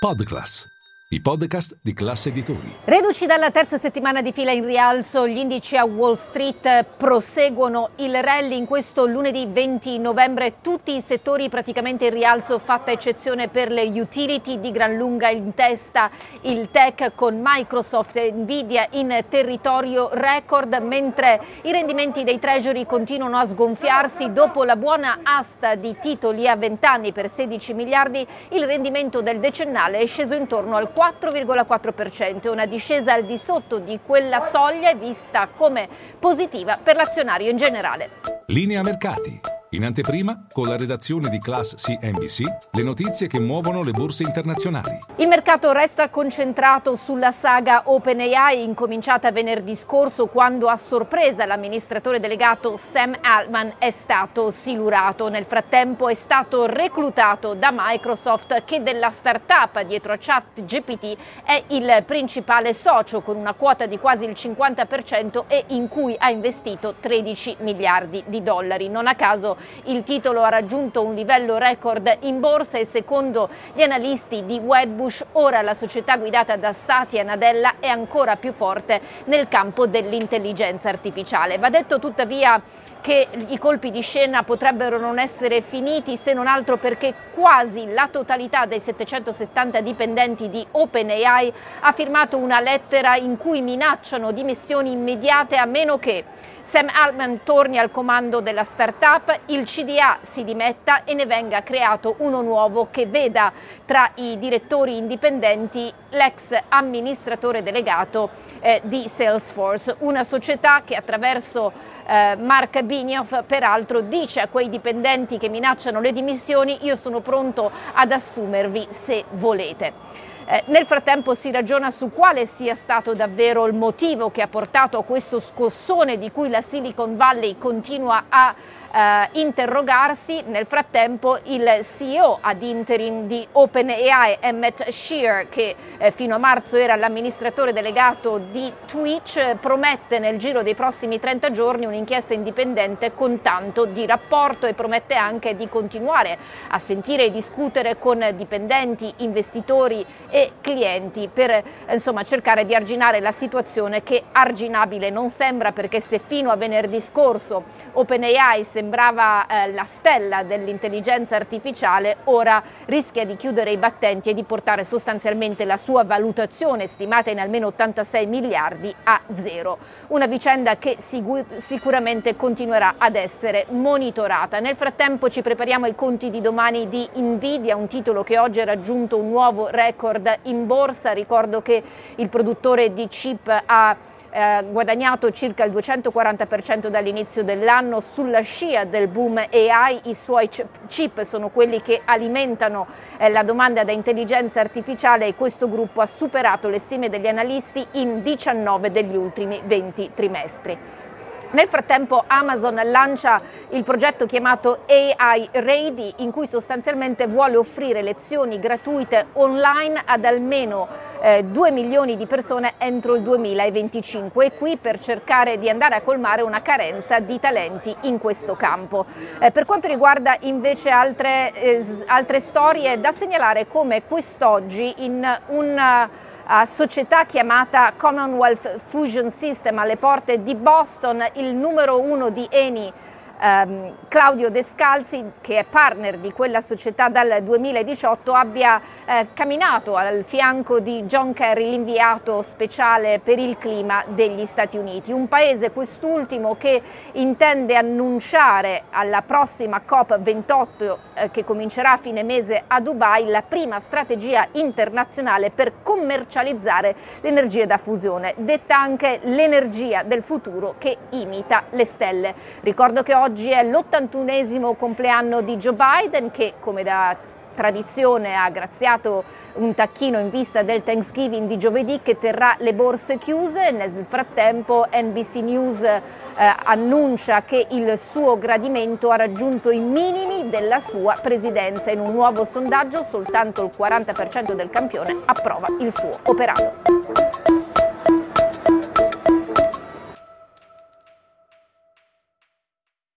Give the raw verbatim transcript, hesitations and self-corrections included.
Podclass, i podcast di Class Editori. Reduci dalla terza settimana di fila in rialzo, gli indici a Wall Street proseguono il rally in questo lunedì venti novembre. Tutti i settori praticamente in rialzo, fatta eccezione per le utility, di gran lunga in testa il tech con Microsoft e Nvidia in territorio record, mentre i rendimenti dei treasury continuano a sgonfiarsi. Dopo la buona asta di titoli a venti anni per sedici miliardi, il rendimento del decennale è sceso intorno al quattro virgola quattro per cento, una discesa al di sotto di quella soglia è vista come positiva per l'azionario in generale. Linea mercati. In anteprima, con la redazione di Class C N B C, le notizie che muovono le borse internazionali. Il mercato resta concentrato sulla saga OpenAI, incominciata venerdì scorso quando a sorpresa l'amministratore delegato Sam Altman è stato silurato. Nel frattempo è stato reclutato da Microsoft, che della startup dietro a ChatGPT è il principale socio, con una quota di quasi il cinquanta per cento e in cui ha investito tredici miliardi di dollari. Non a caso il titolo ha raggiunto un livello record in borsa e secondo gli analisti di Wedbush ora la società guidata da Satya Nadella è ancora più forte nel campo dell'intelligenza artificiale. Va detto tuttavia che i colpi di scena potrebbero non essere finiti, se non altro perché quasi la totalità dei settecentosettanta dipendenti di OpenAI ha firmato una lettera in cui minacciano dimissioni immediate a meno che Sam Altman torni al comando della startup, il C D A si dimetta e ne venga creato uno nuovo che veda tra i direttori indipendenti l'ex amministratore delegato eh, di Salesforce, una società che attraverso eh, Mark Benioff peraltro dice a quei dipendenti che minacciano le dimissioni: io sono pronto ad assumervi se volete. Eh, nel frattempo si ragiona su quale sia stato davvero il motivo che ha portato a questo scossone di cui la Silicon Valley continua a eh, interrogarsi. Nel frattempo il C E O ad interim di OpenAI, Emmett Shear, che eh, fino a marzo era l'amministratore delegato di Twitch, promette nel giro dei prossimi trenta giorni un'inchiesta indipendente con tanto di rapporto e promette anche di continuare a sentire e discutere con dipendenti, investitori e clienti per insomma cercare di arginare la situazione, che arginabile non sembra, perché se fino a venerdì scorso OpenAI sembrava eh, la stella dell'intelligenza artificiale, ora rischia di chiudere i battenti e di portare sostanzialmente la sua valutazione, stimata in almeno ottantasei miliardi, a zero. Una vicenda che sigu- sicuramente continuerà ad essere monitorata. Nel frattempo ci prepariamo ai conti di domani di Nvidia, un titolo che oggi ha raggiunto un nuovo record in borsa. Ricordo che il produttore di chip ha eh, guadagnato circa il duecentoquaranta per cento dall'inizio dell'anno sulla scia del boom A I. I suoi chip sono quelli che alimentano eh, la domanda da intelligenza artificiale e questo gruppo ha superato le stime degli analisti in diciannove degli ultimi venti trimestri. Nel frattempo Amazon lancia il progetto chiamato A I Ready, in cui sostanzialmente vuole offrire lezioni gratuite online ad almeno eh, due milioni di persone entro il duemilaventicinque, e qui per cercare di andare a colmare una carenza di talenti in questo campo. Eh, per quanto riguarda invece altre, eh, altre storie, da segnalare come quest'oggi in un Uh, società chiamata Commonwealth Fusion System alle porte di Boston, il numero uno di Eni, um, Claudio Descalzi, che è partner di quella società dal duemiladiciotto, abbia eh, camminato al fianco di John Kerry, l'inviato speciale per il clima degli Stati Uniti, un paese quest'ultimo che intende annunciare alla prossima COP ventotto eh, che comincerà a fine mese a Dubai la prima strategia internazionale per commercializzare l'energia da fusione, detta anche l'energia del futuro che imita le stelle. Ricordo che oggi è l'ottantunesimo compleanno di Joe Biden, che come da tradizione ha graziato un tacchino in vista del Thanksgiving di giovedì, che terrà le borse chiuse. Nel frattempo N B C News eh, annuncia che il suo gradimento ha raggiunto i minimi della sua presidenza. In un nuovo sondaggio soltanto il quaranta per cento del campione approva il suo operato.